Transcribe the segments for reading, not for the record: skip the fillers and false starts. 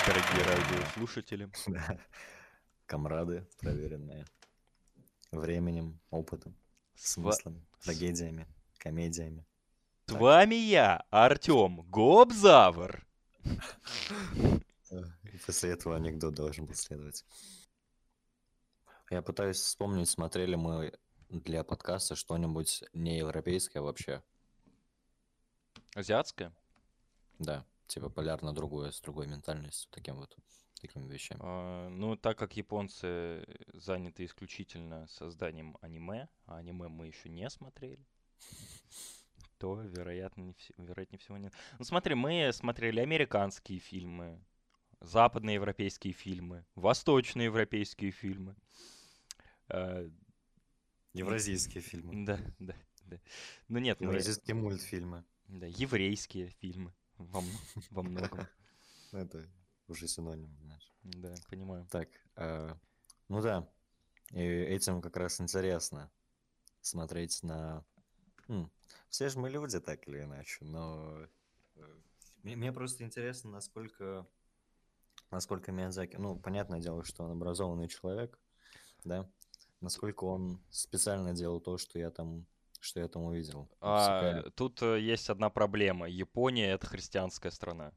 дорогие радиослушатели. Да. Комрады, проверенные временем, опытом, С, ва- смыслом, с- трагедиями, комедиями. с Так. вами я, Артем Гобзавр. И после этого анекдот должен был следовать. Я пытаюсь вспомнить, смотрели мы для подкаста что-нибудь неевропейское вообще. Азиатская? Да, типа полярно другое, с другой ментальностью, такими вещами. Ну, так как японцы заняты исключительно созданием аниме, а аниме мы еще не смотрели, то, вероятнее всего, нет. Ну, смотри, мы смотрели американские фильмы, западноевропейские фильмы, восточноевропейские фильмы. Э, Евразийские фильмы, Да, да, да. Ну нет, евразийские мультфильмы. да, еврейские фильмы во многом. Это уже синоним, знаешь. Да, понимаю. Так, ну да, и этим как раз интересно смотреть на... Все же мы люди, так или иначе, но мне просто интересно, насколько Миядзаки... Ну, понятное дело, что он образованный человек, да, насколько он специально делал то, что я там увидел. Всякая... Тут есть одна проблема. Япония — это христианская страна.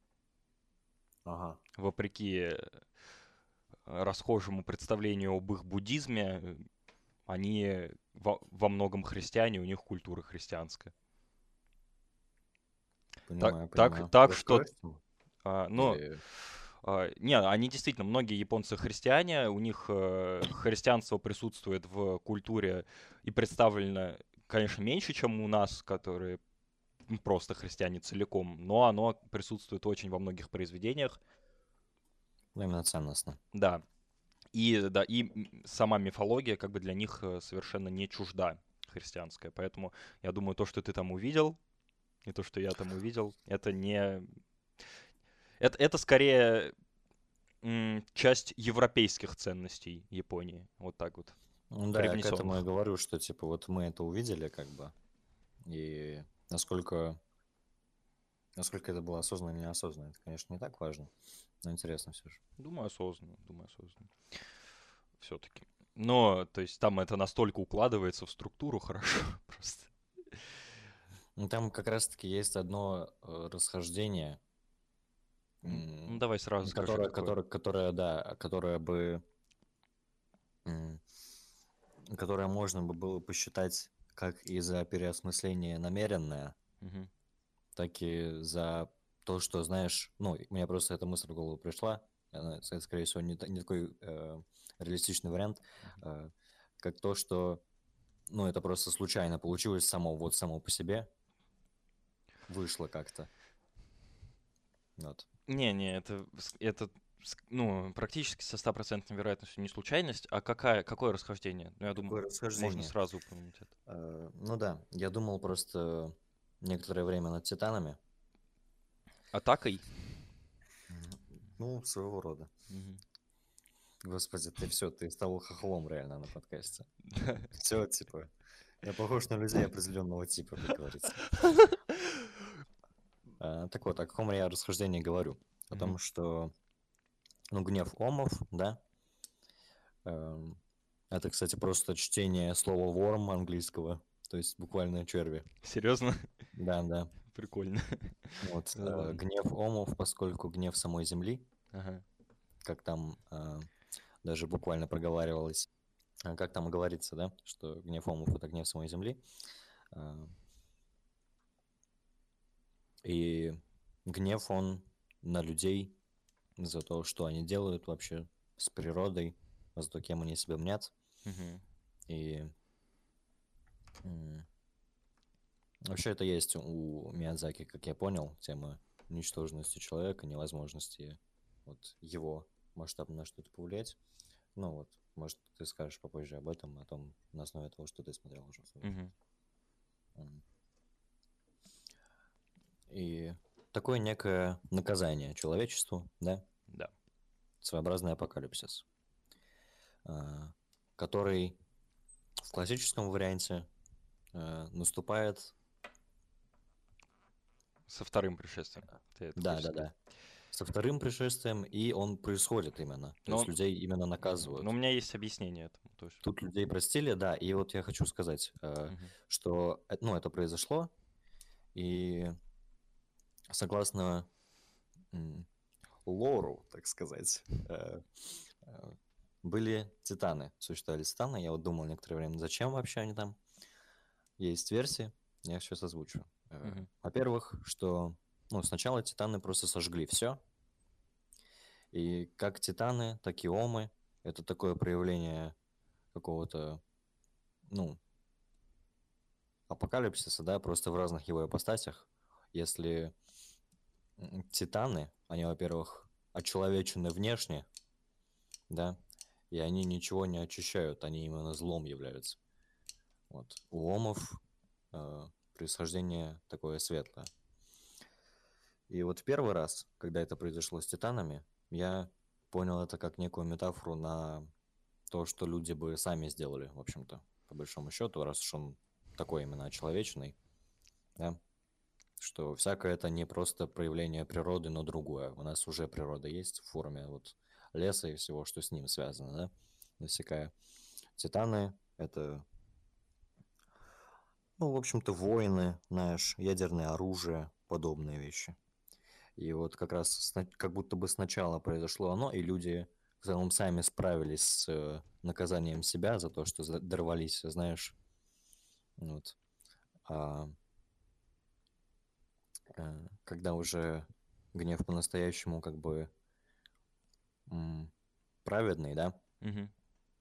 Ага. Вопреки расхожему представлению об их буддизме, они во многом христиане, у них культура христианская. Понимаю. Так что, Раскроешь там? ну, Или... не, они действительно, многие японцы христиане, у них христианство присутствует в культуре и представлено, конечно, меньше, чем у нас, которые просто христиане целиком, но оно присутствует очень во многих произведениях. Ну, именно ценностно. Да. И сама мифология как бы для них совершенно не чужда христианская. Поэтому я думаю, то, что ты там увидел, и то, что я там увидел, это не... Это скорее часть европейских ценностей Японии. Вот так вот. Ну да, я к этому и Привнесенных. говорю, что типа вот мы это увидели, как бы, и насколько это было осознанно или неосознанно, это, конечно, не так важно, но интересно все же. Думаю, осознанно. Все-таки. Но, то есть, там это настолько укладывается в структуру хорошо просто. Ну там как раз-таки есть одно расхождение, Ну, давай сразу скажи, какое. м, которое можно бы было посчитать как и за переосмысление намеренное, Мгм. так и за то, что, знаешь, ну, мне просто эта мысль в голову пришла, это, скорее всего, не такой реалистичный вариант, э, как то, что, ну, это просто случайно получилось само по себе, вышло как-то. Вот. Не, это ну, практически со 100% вероятностью не случайность, а какое расхождение? Ну, я думаю, Какое можно расхождение. сразу упомянуть это. Ну да, я думал просто некоторое время над Титанами. Атакой? Ну, своего рода. Мгм. Господи, ты стал хохлом реально на подкасте. Все, типа, я похож на людей определенного типа, как говорится. Так вот, о каком я расхождении говорю? О Мгм. том, что, ну, гнев омов, да, эм, это, кстати, просто чтение слова worm английского, то есть буквально черви. Серьезно? Да. Прикольно. Вот, Забавно. гнев омов, поскольку гнев самой земли, Ага. как там даже буквально проговаривалось, как там говорится, да, что гнев омов — это гнев самой земли. А, И гнев он на людей за то, что они делают вообще с природой, за то, кем они себя мнят. Мгм. И м, вообще это есть у Миядзаки, как я понял, тема ничтожности человека, невозможности вот его масштабно на что-то повлиять. Ну вот, может, ты скажешь попозже об этом, о том, на основе того, что ты смотрел уже. Мгм. М. И такое некое наказание человечеству, да, Да. своеобразный апокалипсис, который в классическом варианте наступает, Со вторым пришествием. Ты это хочешь сказать? да, со вторым пришествием, и он происходит именно. То есть Но, людей именно но у наказывают. меня есть объяснение этому тоже. Тут людей простили, да, и вот я хочу сказать, Мгм. что ну, это произошло, и согласно лору, так сказать, э, были титаны, существовали титаны. Я вот думал некоторое время, зачем вообще они там. Есть версии, я их сейчас озвучу. Мгм. Во-первых, что ну, сначала титаны просто сожгли все, и как титаны, так и омы, это такое проявление какого-то, ну, апокалипсиса, да, просто в разных его ипостасях. Если титаны, они, во-первых, очеловечены внешне, да, и они ничего не очищают, они именно злом являются. Вот. У омов происхождение такое светлое. И вот в первый раз, когда это произошло с титанами, я понял это как некую метафору на то, что люди бы сами сделали, в общем-то, по большому счету, раз уж он такой именно очеловеченный, да, что всякое это не просто проявление природы, но другое. У нас уже природа есть в форме вот леса и всего, что с ним связано, да, всякая. Титаны — это, ну, в общем-то, воины, знаешь, ядерное оружие, подобные вещи. И вот как раз как будто бы сначала произошло оно, и люди в целом сами справились с наказанием себя за то, что дорвались, знаешь, вот. А когда уже гнев по-настоящему как бы праведный, да, Мгм.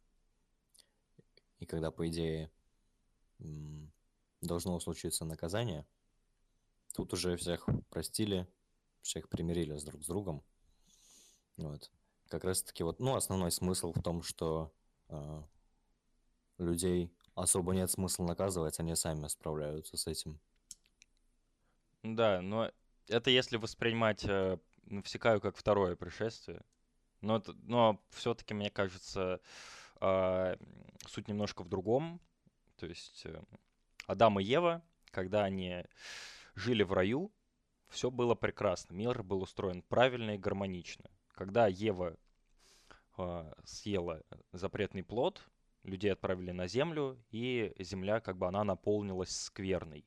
и когда, по идее, м, должно случиться наказание, тут уже всех простили, всех примирили друг с другом. Вот. Как раз-таки вот, ну, основной смысл в том, что э, людей особо нет смысла наказывать, они сами справляются с этим. Да, но это если воспринимать Навсекаю как второе пришествие. Но все-таки, мне кажется, суть немножко в другом. То есть Адам и Ева, когда они жили в раю, все было прекрасно. Мир был устроен правильно и гармонично. Когда Ева съела запретный плод, людей отправили на землю, и земля, как бы она наполнилась скверной.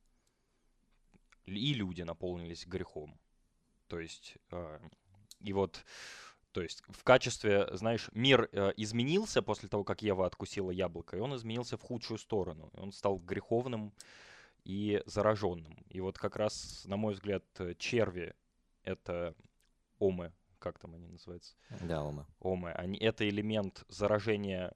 И люди наполнились грехом. То есть, и вот, то есть в качестве, знаешь, мир изменился после того, как Ева откусила яблоко, и он изменился в худшую сторону. Он стал греховным и зараженным. И вот как раз, на мой взгляд, черви — это омы, как там они называются? Да, Ома. Омы. Это элемент заражения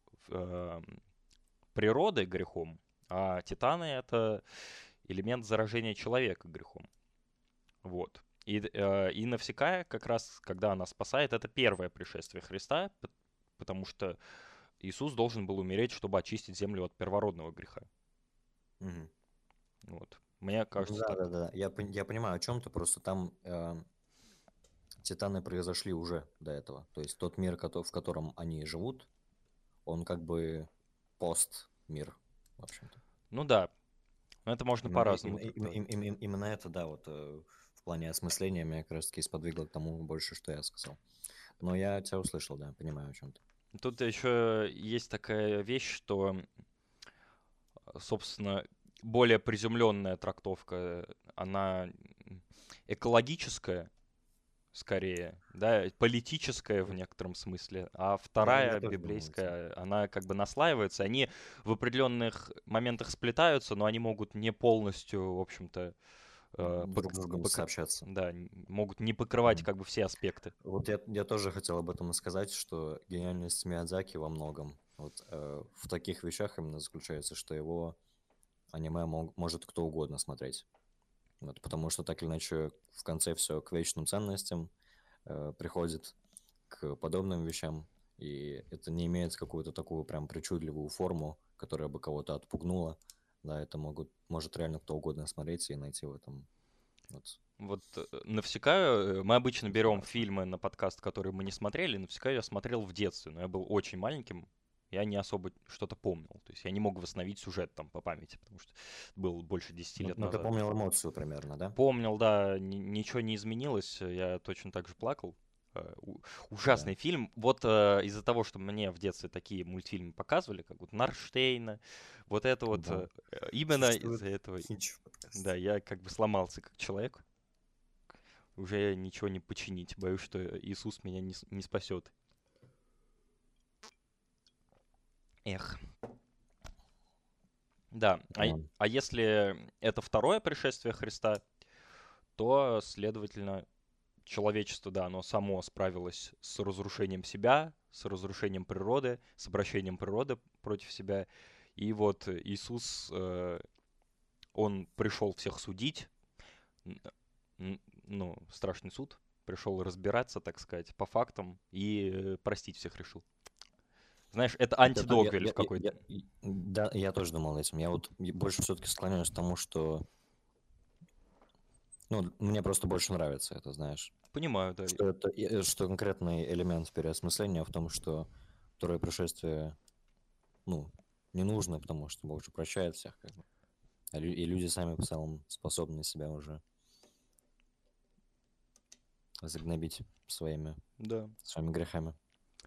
природы грехом, а титаны — это элемент заражения человека грехом. Вот. И Навсекая, как раз, когда она спасает, это первое пришествие Христа, потому что Иисус должен был умереть, чтобы очистить землю от первородного греха. Мгм. Вот. Мне Ну кажется да, так. да, да. Я понимаю, о чем ты, просто там титаны произошли уже до этого. То есть тот мир, в котором они живут, он как бы пост-мир, в общем-то. Ну да, но это можно Именно, по-разному трактовать. именно это, да, вот в плане осмысления меня как раз-таки сподвигло к тому больше, что я сказал. Но я тебя услышал, да, понимаю, о чем ты. Тут еще есть такая вещь, что, собственно, более приземленная трактовка, она экологическая, скорее, да, политическая в некотором смысле, а Я вторая, тоже думал этим. библейская, она как бы наслаивается. Они в определенных моментах сплетаются, но они могут не полностью, в общем-то, Друг с другом сообщаться. да, могут не покрывать как бы все аспекты. Вот я тоже хотел об этом и сказать, что гениальность Миядзаки во многом вот в таких вещах именно заключается, что его аниме может кто угодно смотреть. Вот, потому что так или иначе в конце все к вечным ценностям приходит, к подобным вещам, и это не имеет какую-то такую прям причудливую форму, которая бы кого-то отпугнула. Да, это может реально кто угодно смотреть и найти в этом вот Вот Навсекаю, мы обычно нечто берем важное. фильмы на подкаст, которые мы не смотрели. Навсекаю я смотрел в детстве, но я был очень маленьким. я не особо что-то помнил. То есть я не мог восстановить сюжет там по памяти, потому что был больше 10 лет Ну, ты назад. помнил эмоцию примерно, да? Помнил, да, ничего не изменилось, я точно так же плакал. Да. Ужасный фильм. Вот из-за того, что мне в детстве такие мультфильмы показывали, как вот Нарштейна, вот это вот, Да. именно Существует из-за этого, хинч в да, подкасте. я как бы сломался как человек. Уже ничего не починить. Боюсь, что Иисус меня не спасет. Эх. Да, Да. а если это второе пришествие Христа, то, следовательно, человечество, да, оно само справилось с разрушением себя, с разрушением природы, с обращением природы против себя. И вот Иисус, он пришел всех судить, ну, страшный суд, пришел разбираться, так сказать, по фактам и простить всех решил. Знаешь, это Вот антидогвиль в какой-то... да, я тоже думал этим. Я вот больше все-таки склоняюсь к тому, что, ну, мне просто больше нравится это, знаешь. Понимаю, да. Что конкретный элемент переосмысления в том, что второе пришествие, ну, не нужно, потому что Бог же прощает всех, как бы. И люди сами в целом способны себя уже загнобить Да. своими грехами.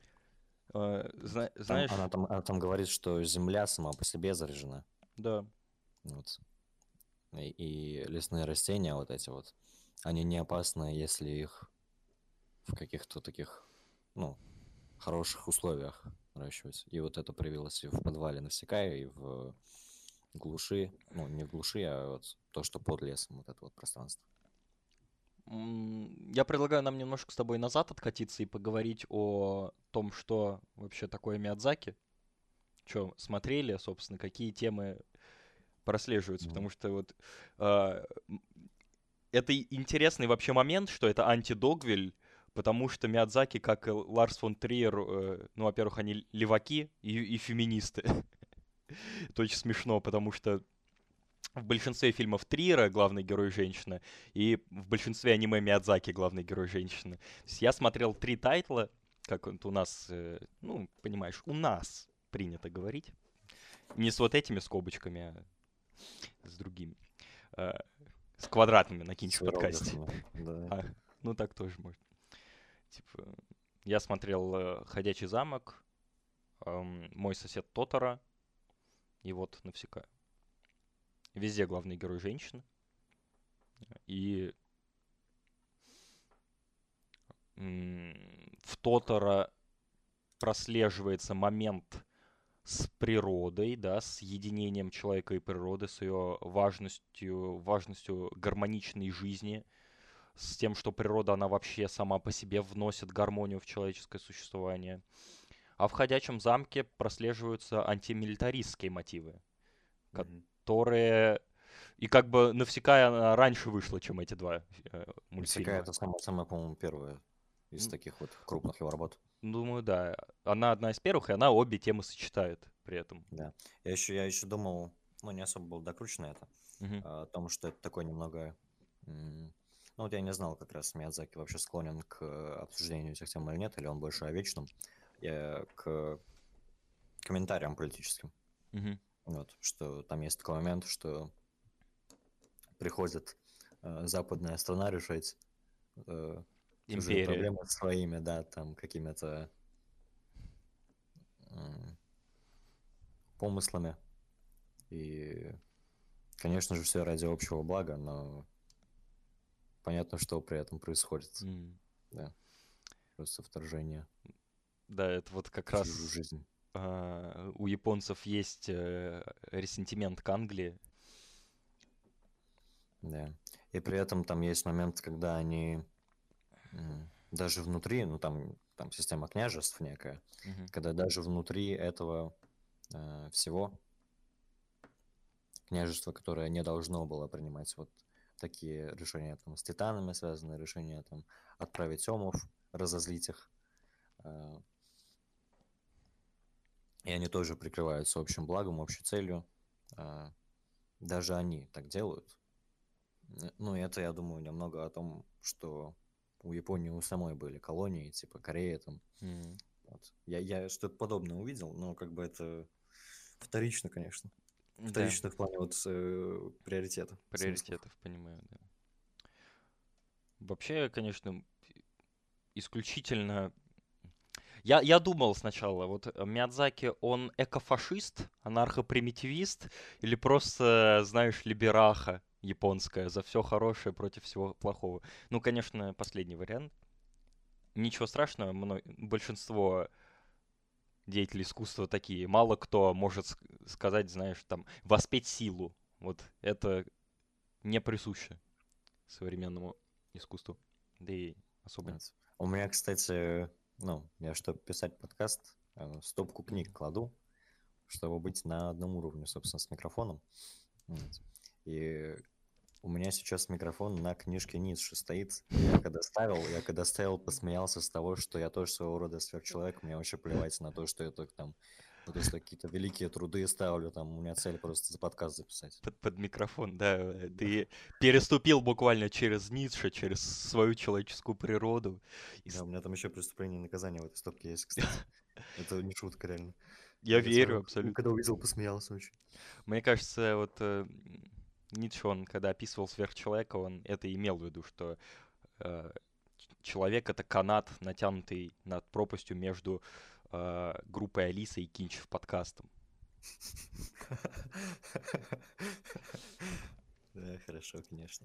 Знаешь, Она там говорит, что земля сама по себе заряжена. да. Вот. И лесные растения вот эти вот, они не опасны, если их в каких-то таких, ну, хороших условиях выращивать. И вот это проявилось и в подвале навсекая, и в глуши, ну, не в глуши, а вот то, что под лесом, вот это вот пространство. Я предлагаю нам немножко с тобой назад откатиться и поговорить о том, что вообще такое Миядзаки. Что смотрели, собственно, какие темы прослеживаются. Мгм. Потому что вот э, м, это интересный вообще момент, что это антидогвиль, потому что Миядзаки, как и Ларс фон Триер, ну, во-первых, они леваки и феминисты. Это очень смешно, потому что в большинстве фильмов Триера главный герой женщина, и в большинстве аниме Миядзаки главный герой женщина. То есть я смотрел 3 тайтла, как вот у нас, ну, понимаешь, у нас принято говорить. Не с вот этими скобочками, а с другими. Э, С квадратными накинешь С в подкасте. иероглифами, да. А, ну, так тоже можно. Типа, я смотрел «Ходячий замок», «Мой сосед Тотара», и вот «Навсекая». Везде главный герой женщина. И в Тотара прослеживается момент с природой, да, с единением человека и природы, с ее важностью гармоничной жизни, с тем, что природа, она вообще сама по себе вносит гармонию в человеческое существование. А в «Ходячем замке» прослеживаются антимилитаристские мотивы, Мгм. которые... И как бы «Навсекая» она раньше вышла, чем эти два Навсекая мультфильма. это самая, по-моему, первая из таких вот крупных его работ. Думаю, да. Она одна из первых, и она обе темы сочетает при этом. Да. Я еще думал, ну, не особо был докручен на это, Мгм. о том, что это такой немного... Ну, вот я не знал, как раз Миядзаки вообще склонен к обсуждению этих тем или нет, или он больше о вечном, к комментариям политическим. Мгм. Вот, что там есть такой момент, что приходит западная страна решать чужие Империя. проблемы своими, да, там, какими-то помыслами. И, конечно же, все ради общего блага, но понятно, что при этом происходит. М. Да, просто вторжение Да, это вот как в чужую раз жизнь. у японцев есть ресентимент к Англии. Да. И при этом там есть момент, когда они даже внутри, ну там система княжеств некая, Мгм. когда даже внутри этого всего княжества, которое не должно было принимать вот такие решения, там, с титанами связанные решения, там, отправить омов, разозлить их, э, и они тоже прикрываются общим благом, общей целью. э, Даже они так делают. Ну, и это, я думаю, немного о том, что у Японии у самой были колонии, типа Корея там, М. Вот. Я что-то подобное увидел, но как бы это вторично, конечно. Да, Вторично в плане вот приоритета, смыслов. приоритетов, понимаю, да. Вообще, конечно, исключительно... Я думал сначала, вот Миядзаки, он экофашист, анархопримитивист или просто, знаешь, либераха японская за все хорошее против всего плохого. Ну, конечно, последний вариант. Ничего страшного, большинство деятелей искусства такие. Мало кто может сказать, знаешь, там, воспеть силу. Вот это не присуще современному искусству. Да и особо... Вот. У меня, кстати, ну, я чтобы писать подкаст, стопку книг кладу, чтобы быть на одном уровне, собственно, с микрофоном. Вот. И у меня сейчас микрофон на книжке Ницше стоит. Я когда ставил, посмеялся с того, что я тоже своего рода сверхчеловек. Мне вообще плевать на то, что я только там, на то, что какие-то великие труды ставлю. Там у меня цель просто за подкаст записать. Под микрофон, да. Ты переступил буквально через Ницше, через свою человеческую природу. Да, у меня там еще преступление и наказание в этой стопке есть, кстати. Это не шутка, реально. Я Я верю смотрел, абсолютно. когда увидел, посмеялся очень. Мне кажется, вот Ницше, он, когда описывал сверхчеловека, он это имел в виду, что э, человек — это канат, натянутый над пропастью между группой Алиса и Кинчев подкастом. Да, хорошо, конечно.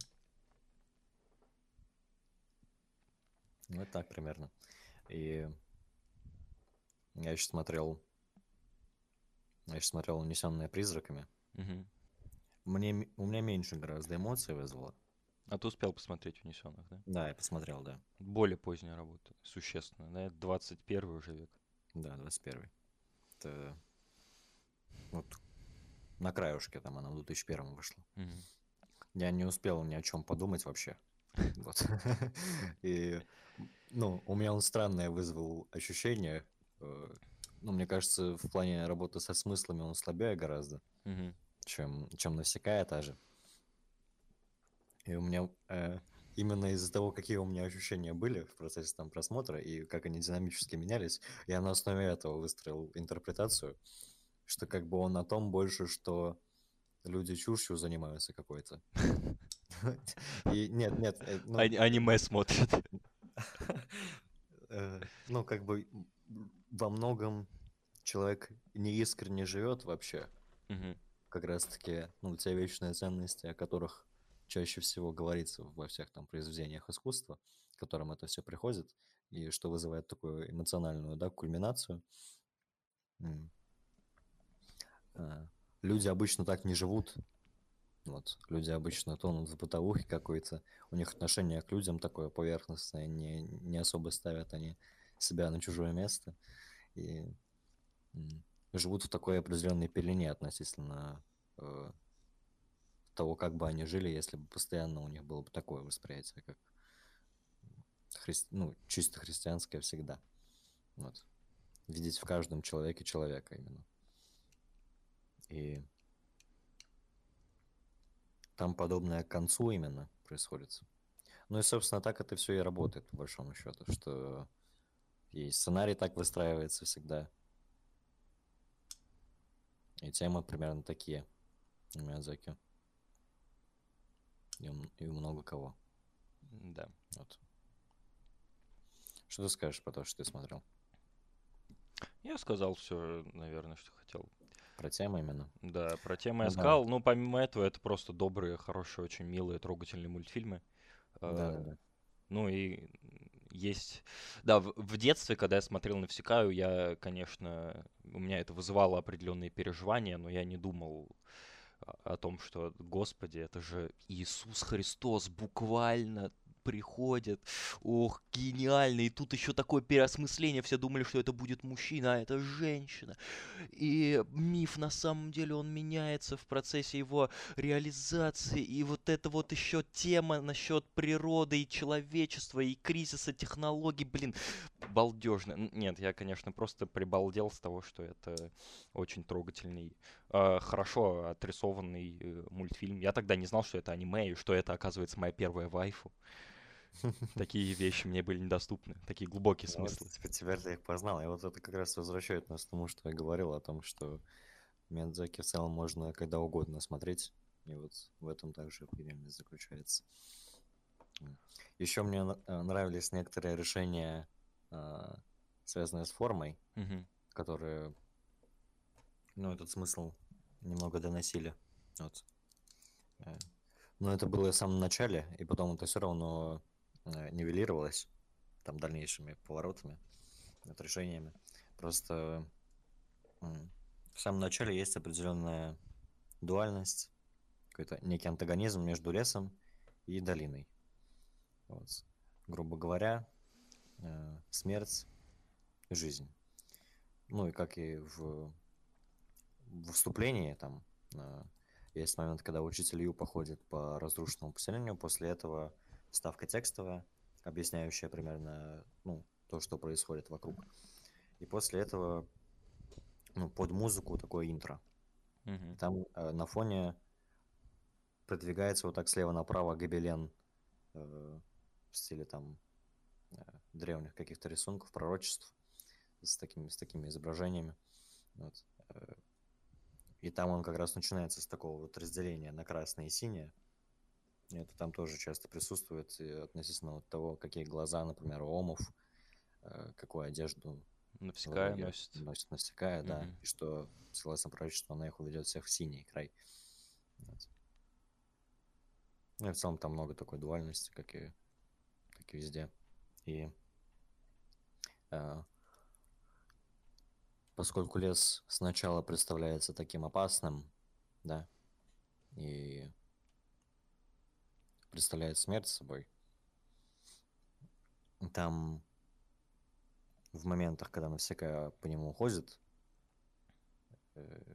Вот так примерно. И я еще смотрел «Унесенные призраками». Мгм. У меня меньше гораздо эмоций вызвало. А ты успел посмотреть «Унесенных», да? Да, я посмотрел, да. Более поздняя работа, существенно, да? 21 уже век. Да, 21-й. Это вот на краюшке там она в 2001 вышла. Мгм. Я не успел ни о чем подумать вообще. Вот. И, ну, у меня он странное вызвал ощущение. Ну, мне кажется, в плане работы со смыслами он слабее гораздо, Мгм. чем «Навсекая» та же. И у меня именно из-за того, какие у меня ощущения были в процессе там просмотра и как они динамически менялись, я на основе этого выстроил интерпретацию, что как бы он о том больше, что люди чушью занимаются какой-то. И нет, ну, Аниме смотрят. ну, как бы во многом человек неискренне живет вообще. Мгм. Как раз-таки, ну, те вечные ценности, о которых чаще всего говорится во всех там произведениях искусства, к которым это все приходит, и что вызывает такую эмоциональную, да, кульминацию. М. А, Люди обычно так не живут. Вот. Люди обычно тонут в бытовухе какой-то. У них отношение к людям такое поверхностное, не особо ставят они себя на чужое место. И живут в такой определенной пелене относительно того, как бы они жили, если бы постоянно у них было бы такое восприятие, как ну, чисто христианское всегда. Вот. Видеть в каждом человеке человека именно. И там подобное к концу именно происходит. Ну и, собственно, так это все и работает, по большому счету, что и сценарий так выстраивается всегда, и темы примерно такие у Миядзаки. И у много кого. Да. Вот. Что ты скажешь по тому, что ты смотрел? Я сказал все, наверное, что хотел. Про темы именно? Да, про темы я Ну да, сказал. Ну, помимо этого, это просто добрые, хорошие, очень милые, трогательные мультфильмы. да, Э, да, да. Ну и есть... Да, в детстве, когда я смотрел «Навсекаю», я, конечно, у меня это вызывало определенные переживания, но я не думал о том, что, Господи, это же Иисус Христос буквально приходит. Ох, гениально. И тут еще такое переосмысление. Все думали, что это будет мужчина, а это женщина. И миф на самом деле он меняется в процессе его реализации. И вот это вот еще тема насчет природы и человечества и кризиса технологий, блин, балдежно. Нет, я, конечно, просто прибалдел с того, что это очень трогательный, хорошо отрисованный мультфильм. Я тогда не знал, что это аниме и что это, оказывается, моя первая вайфу. Такие вещи мне были недоступны, такие глубокие Ну вот смыслы. теперь ты их познал. И вот это как раз возвращает нас к тому, что я говорил о том, что Миядзаки в целом можно когда угодно смотреть. И вот в этом также гениальность заключается. Еще мне нравились некоторые решения, а, связанные с формой, Мгм. которые, ну, этот смысл немного доносили. Вот. Э, Но это было в самом начале, и потом это все равно нивелировалось там дальнейшими поворотами, вот, решениями. Просто в самом начале есть определенная дуальность, какой-то некий антагонизм между лесом и долиной. Вот. Грубо говоря, смерть и жизнь. Ну и как и в вступлении там есть момент, когда учитель Ю походит по разрушенному поселению, после этого вставка текстовая, объясняющая примерно, ну, то, что происходит вокруг. И после этого, ну, под музыку такое интро. И Мгм. там на фоне продвигается вот так слева направо гобелен в стиле там древних каких-то рисунков, пророчеств с такими изображениями. Вот. И там он как раз начинается с такого вот разделения на красное и синее. И это там тоже часто присутствует и относительно вот того, какие глаза, например, у омов, какую одежду в Навсекая итоге носит. носит Навсекая, да, Мгм. и что, согласно пророчеству, она их уведет всех в синий край. Вот. Ну и в целом там много такой дуальности, как и везде. И э, поскольку лес сначала представляется таким опасным, да, и представляет смерть собой, там в моментах, когда Навсекая по нему ходит, э,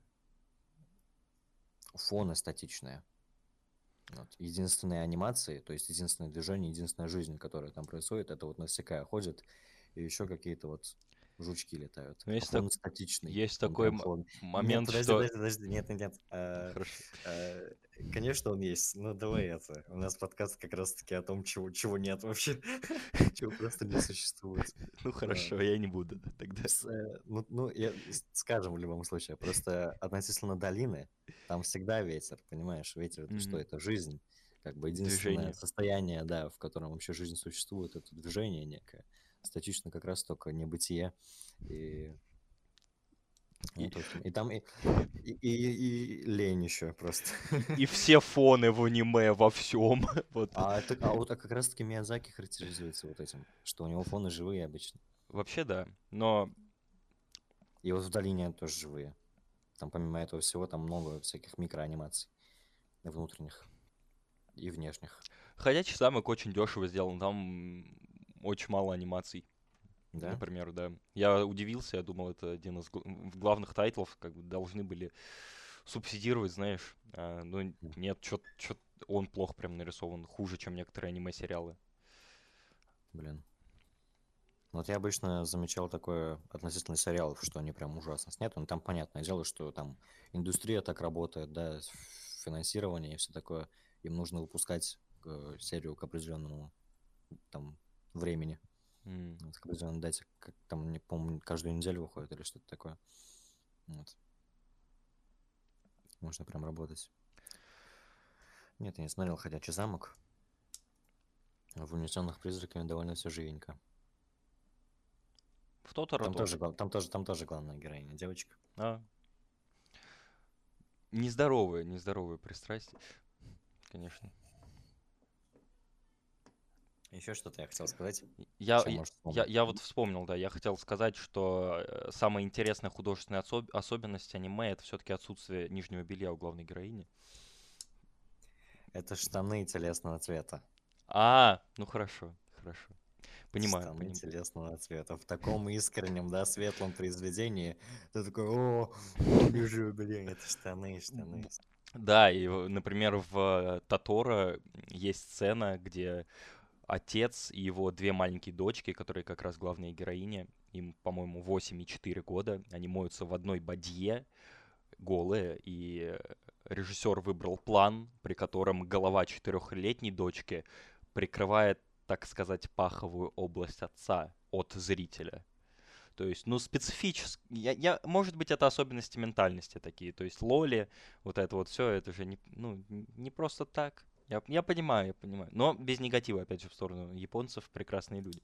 фоны статичные. Вот. Единственные анимации, то есть единственное движение, единственная жизнь, которая там происходит, это вот Навсекая ходит, и еще какие-то вот жучки летают. Но А фон статичный, есть он такой прям холодный. Нет, момент, подожди, что... подожди, подожди, нет, нет, нет. Хорошо. Э, Конечно, он есть. Ну, давай это. У нас подкаст как раз-таки о том, чего нет вообще. Чего просто не существует. Ну Да. хорошо, я не буду тогда. Скажем в любом случае, просто относительно долины, там всегда ветер, понимаешь? Ветер это что? Мгм. Это жизнь. Как бы единственное Движение. состояние, да, в котором вообще жизнь существует, это движение некое. Статично как раз только небытие. И И, вот, в общем, и там и лень еще просто. и все фоны в аниме во всем. Вот. А как раз-таки Миядзаки характеризуется вот этим, что у него фоны живые обычно. Вообще да. Но И вот в долине тоже живые. Там помимо этого всего, там много всяких микроанимаций внутренних и внешних. ходячий замок очень дешево сделан. Там очень мало анимаций. Да? Например, да. Я удивился, я думал, это один из главных тайтлов, как бы должны были субсидировать, знаешь. Но нет, что он плохо прям нарисован, хуже, чем некоторые аниме-сериалы. Блин. Вот я обычно замечал такое относительно сериалов, что они прям ужасно сняты. Но там понятное дело, что там индустрия так работает, да, финансирование и все такое. Им нужно выпускать серию к определенному там времени. М. Вот, к определенной дате, как там, не помню, каждую неделю выходит или что-то такое. Вот. Можно прям работать. Нет, я не смотрел «Ходячий замок». В «Унесенных призраками» довольно все живенько. В Тоторо Там тоже. тоже, там тоже главная героиня, девочка. А. Нездоровые пристрастия, конечно. Еще что-то я хотел сказать. Я, Чем я, можешь я вспомнить? я вот вспомнил, да, я хотел сказать, что самая интересная художественная особенность аниме это все-таки отсутствие нижнего белья у главной героини. Это штаны телесного цвета. Ну хорошо, хорошо. Понимаю, Штаны понимаю. телесного цвета. В таком искреннем, да, светлом произведении. Ты такой, о, нижнее белье. Это штаны, штаны. Да, и, например, в Тоторо есть сцена, где отец и его две маленькие дочки, которые как раз главные героини, им, по-моему, 8 и 4 года, они моются в одной бадье, голые, и режиссер выбрал план, при котором голова четырехлетней дочки прикрывает так сказать, паховую область отца от зрителя. То есть, ну, специфически. Может быть, это особенности ментальности такие. То есть, Лоли, вот это вот все, это же не, ну, не просто так. Я понимаю, я понимаю. Но без негатива, опять же, в сторону японцев, прекрасные люди.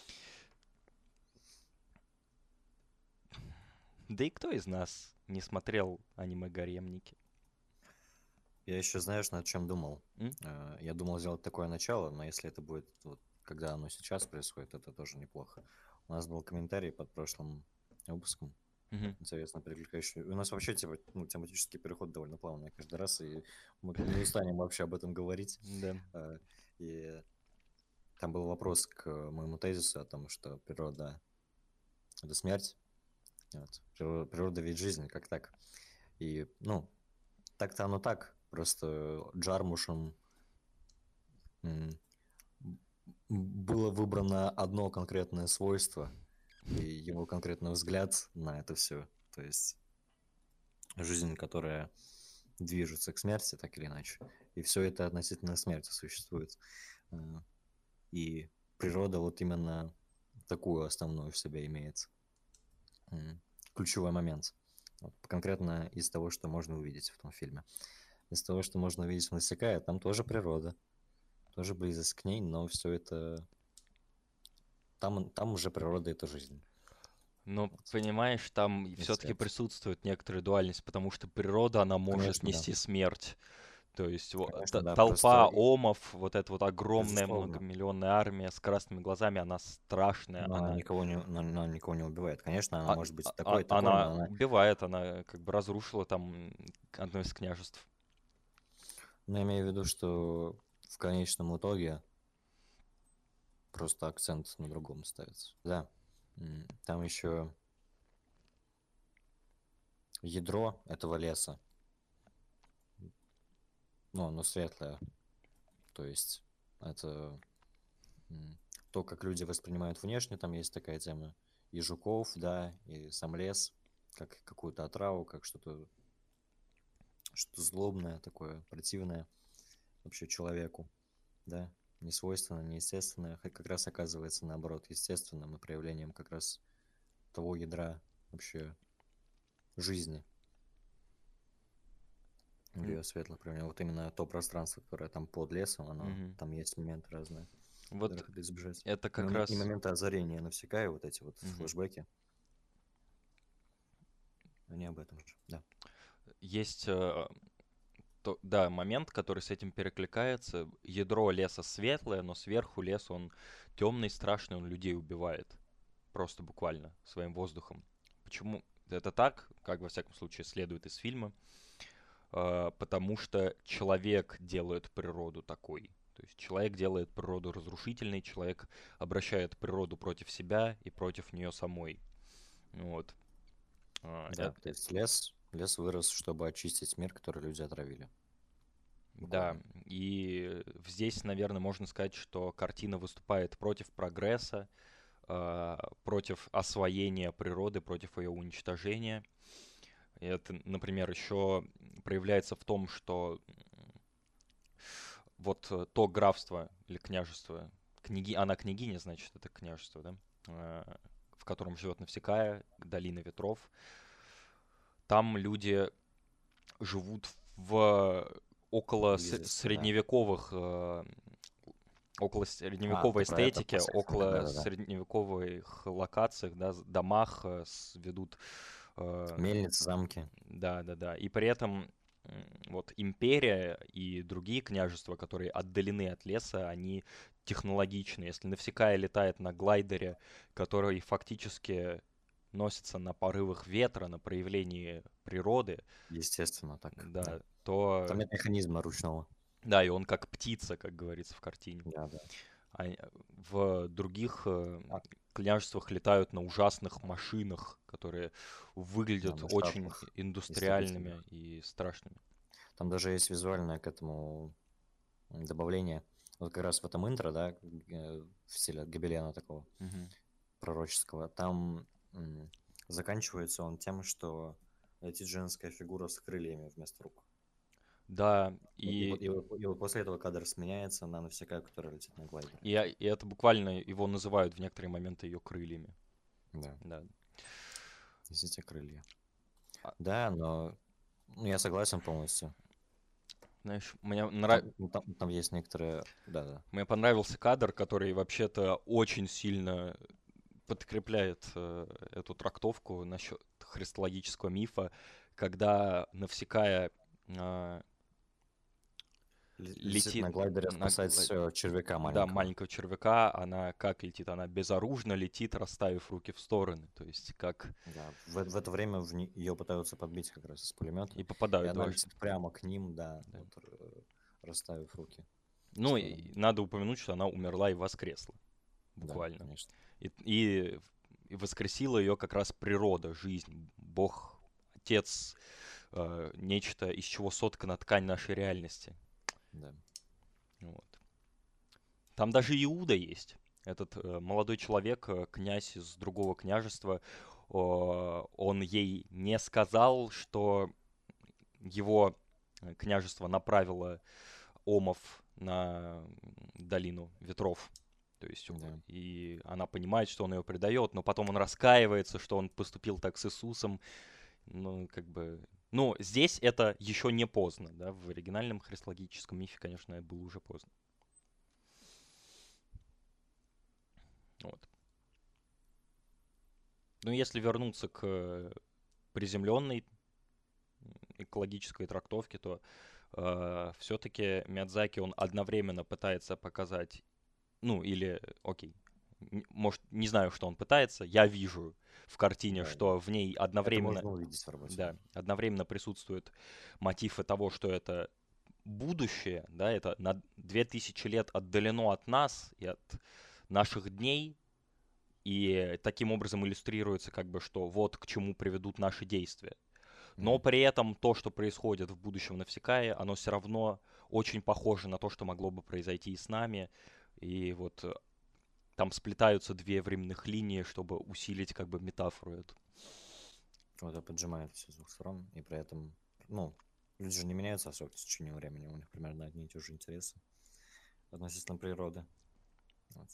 Да и кто из нас не смотрел аниме «Гаремники»? Я еще, знаешь, над чем думал? М? Я думал сделать такое начало, но если это будет, вот, когда оно сейчас происходит, это тоже неплохо. У нас был комментарий под прошлым выпуском, Мгм. интересно, перекликающий. У нас вообще типа, ну, тематический переход довольно плавный каждый раз, и мы не устанем вообще об этом говорить. Да. Э, И там был вопрос к моему тезису о том, что природа — это смерть, вот. Природа ведь жизнь, как так? И, ну, так-то оно так, просто Джармушем м, было выбрано одно конкретное свойство и его конкретный взгляд на это все. То есть жизнь, которая движется к смерти, так или иначе. И все это относительно смерти существует. Э, И природа вот именно такую основную в себе имеет. Ключевой момент. Вот конкретно из того, что можно увидеть в том фильме. Из того, что можно увидеть в Насекая, там тоже природа, тоже близость к ней, но все это... Там уже природа — это жизнь. Но, Вот. понимаешь, там И все-таки свет. присутствует некоторая дуальность, потому что природа, она может Конечно, да. нести смерть. То есть Конечно, да. Просто, толпа омов, вот эта вот огромная безусловно, многомиллионная армия с красными глазами, она страшная, но она, она никого не убивает. Конечно, она а- может быть такой и такой, она но она... убивает, она как бы разрушила там одно из княжеств. Но я имею в виду, что в конечном итоге просто акцент на другом ставится. Да. Там еще ядро этого леса, ну, оно светлое. То есть это то, как люди воспринимают внешне, там есть такая тема и жуков, да, и сам лес, как какую-то отраву, как что злобное такое, противное вообще человеку, да, не свойственное, неестественное, как раз оказывается наоборот естественным и проявлением как раз того ядра вообще жизни в М, ее светлых проявлениях. Вот именно то пространство, которое там под лесом, оно, мгм. там есть моменты разные, Вот которых это избежать. это И, как раз моменты озарения навсекая, вот эти вот мгм. флешбеки, они об этом же, да. Есть да, момент, который с этим перекликается. Ядро леса светлое, но сверху лес, он темный, страшный, он людей убивает. Просто буквально своим воздухом. Почему это так, как во всяком случае следует из фильма? Потому что человек делает природу такой. То есть человек делает природу разрушительной, человек обращает природу против себя и против нее самой. Вот. Да, то есть лес вырос, чтобы очистить мир, который люди отравили, Да, буквально. и здесь, наверное, можно сказать, что картина выступает против прогресса, против освоения природы, против ее уничтожения. И это, например, еще проявляется в том, что вот то графство или княжество, она княгиня, значит, это княжество, да, в котором живет Навсекая, долина ветров. Там люди живут в около Близости, да. средневековых около А, ты средневековой про это эстетики, после акцента, около да-да-да. средневековых локациях, да, домах ведут. Мельницы, замки. Да, да, да. И при этом вот империя и другие княжества, которые отдалены от леса, они технологичны. Если Навсекая летает на глайдере, который фактически носится на порывах ветра, на проявлении природы, Естественно, так, да. да, то Там нет механизма ручного. да, и он как птица, как говорится в картине. Да, да. В других А, княжествах летают на ужасных машинах, которые да, выглядят на очень шаттлах индустриальными истребительных. и страшными. Там даже есть визуальное к этому добавление. Вот как раз в этом интро, да, в стиле Гобелена такого Мгм. пророческого, там заканчивается он тем, что летит женская фигура с крыльями вместо рук. Да, И вот после этого кадр сменяется на Навсекая, которая летит на глайдере. и это буквально его называют в некоторые моменты ее крыльями. Да, Да. несите крылья. А- Да, но я согласен полностью. Знаешь, Там есть некоторые... Да. мне понравился кадр, который вообще-то очень сильно подкрепляет эту трактовку насчет христологического мифа, когда Навсекая Летит на глайдере спасать червяка маленького. Да, маленького червяка. Она как летит? Она безоружно летит, расставив руки в стороны. То есть как... Да, в это время ее пытаются подбить как раз из пулемета. И попадают. И она летит прямо к ним, да. Вот, расставив руки. Ну, и надо упомянуть, что она умерла и воскресла. Буквально. Да, конечно. И воскресила ее как раз природа, жизнь, Бог, Отец, нечто, из чего соткана ткань нашей реальности. Да. Вот. Там даже Иуда есть. Этот молодой человек, князь из другого княжества, он ей не сказал, что его княжество направило омов на долину ветров. То есть, и она понимает, что он ее предает, но потом он раскаивается, что он поступил так с Иисусом. Ну, как бы... Ну, здесь это еще не поздно, да, в оригинальном христологическом мифе, конечно, это было уже поздно. Вот. Ну, если вернуться к приземленной экологической трактовке, то все-таки Миядзаки, он одновременно пытается показать, ну, или, окей, может, не знаю, что он пытается, я вижу в картине, что в ней одновременно... Это можно увидеть в работе. Да, одновременно присутствуют мотивы того, что это будущее, да, это на 2000 лет отдалено от нас и от наших дней, и таким образом иллюстрируется, как бы, что вот к чему приведут наши действия. Но при этом то, что происходит в будущем Навсекая, оно все равно очень похоже на то, что могло бы произойти и с нами. И вот там сплетаются две временных линии, чтобы усилить как бы метафору эту. Вот это поджимает все с двух сторон, и при этом, ну, люди же не меняются особо в течение времени, у них примерно одни и те же интересы относительно природы. Вот.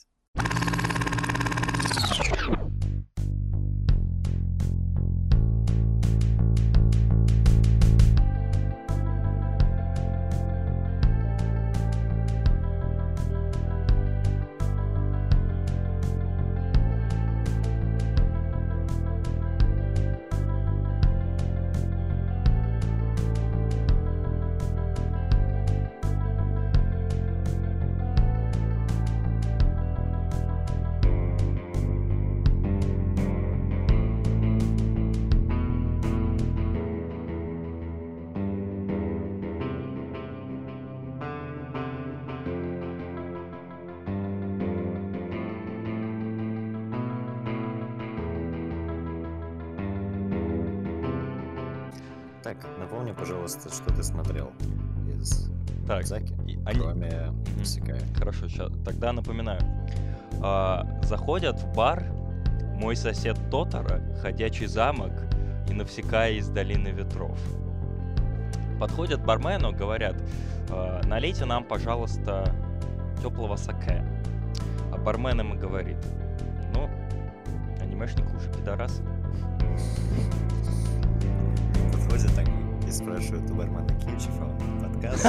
Так, напомни, пожалуйста, что ты смотрел из Миядзаки, кроме Навсекая. Хорошо, сейчас, тогда напоминаю. Заходят в бар «Мой сосед Тоторо», «Ходячий замок» и «Навсекая из долины ветров». Подходят к бармену, говорят: налейте нам, пожалуйста, теплого саке. А бармен им говорит: ну, анимешник хуже пидорас. Подходит так и спрашивает у бармена Кинчева: подкаст?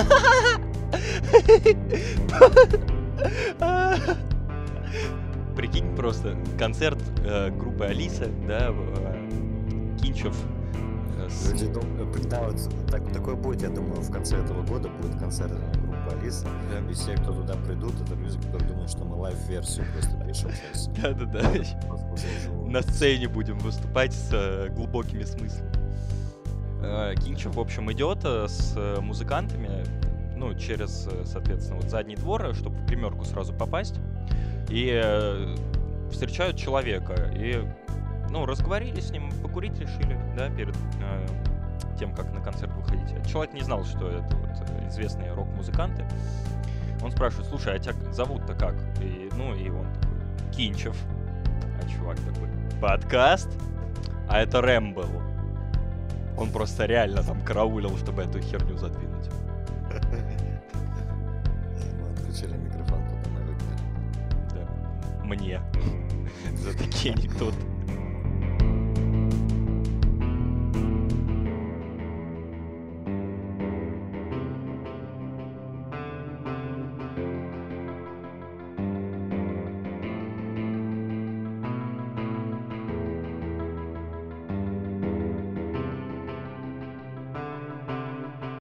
Прикинь, просто концерт группы Алиса, да, Кинчев. Люди думают, да, вот такое будет, я думаю, в конце этого года будет концерт группы Алиса. И все, кто туда придут, это люди, которые думают, что мы лайв-версию просто пишем сейчас. Да-да-да. На сцене будем выступать с глубокими смыслами. Кинчев, в общем, идет с музыкантами, ну, через, соответственно, вот задний двор, чтобы в гримерку сразу попасть. И встречают человека. И, ну, разговорились с ним, покурить решили, да, перед тем, как на концерт выходить. Человек не знал, что это вот известные рок-музыканты. Он спрашивает: слушай, а тебя зовут-то как? И, ну, и он такой: Кинчев. А чувак такой: подкаст? А это Рэмбл. Он просто реально там караулил, чтобы эту херню задвинуть. Мы отключили микрофон, потом мы выгнали. Да. Мне. За такие анекдоты.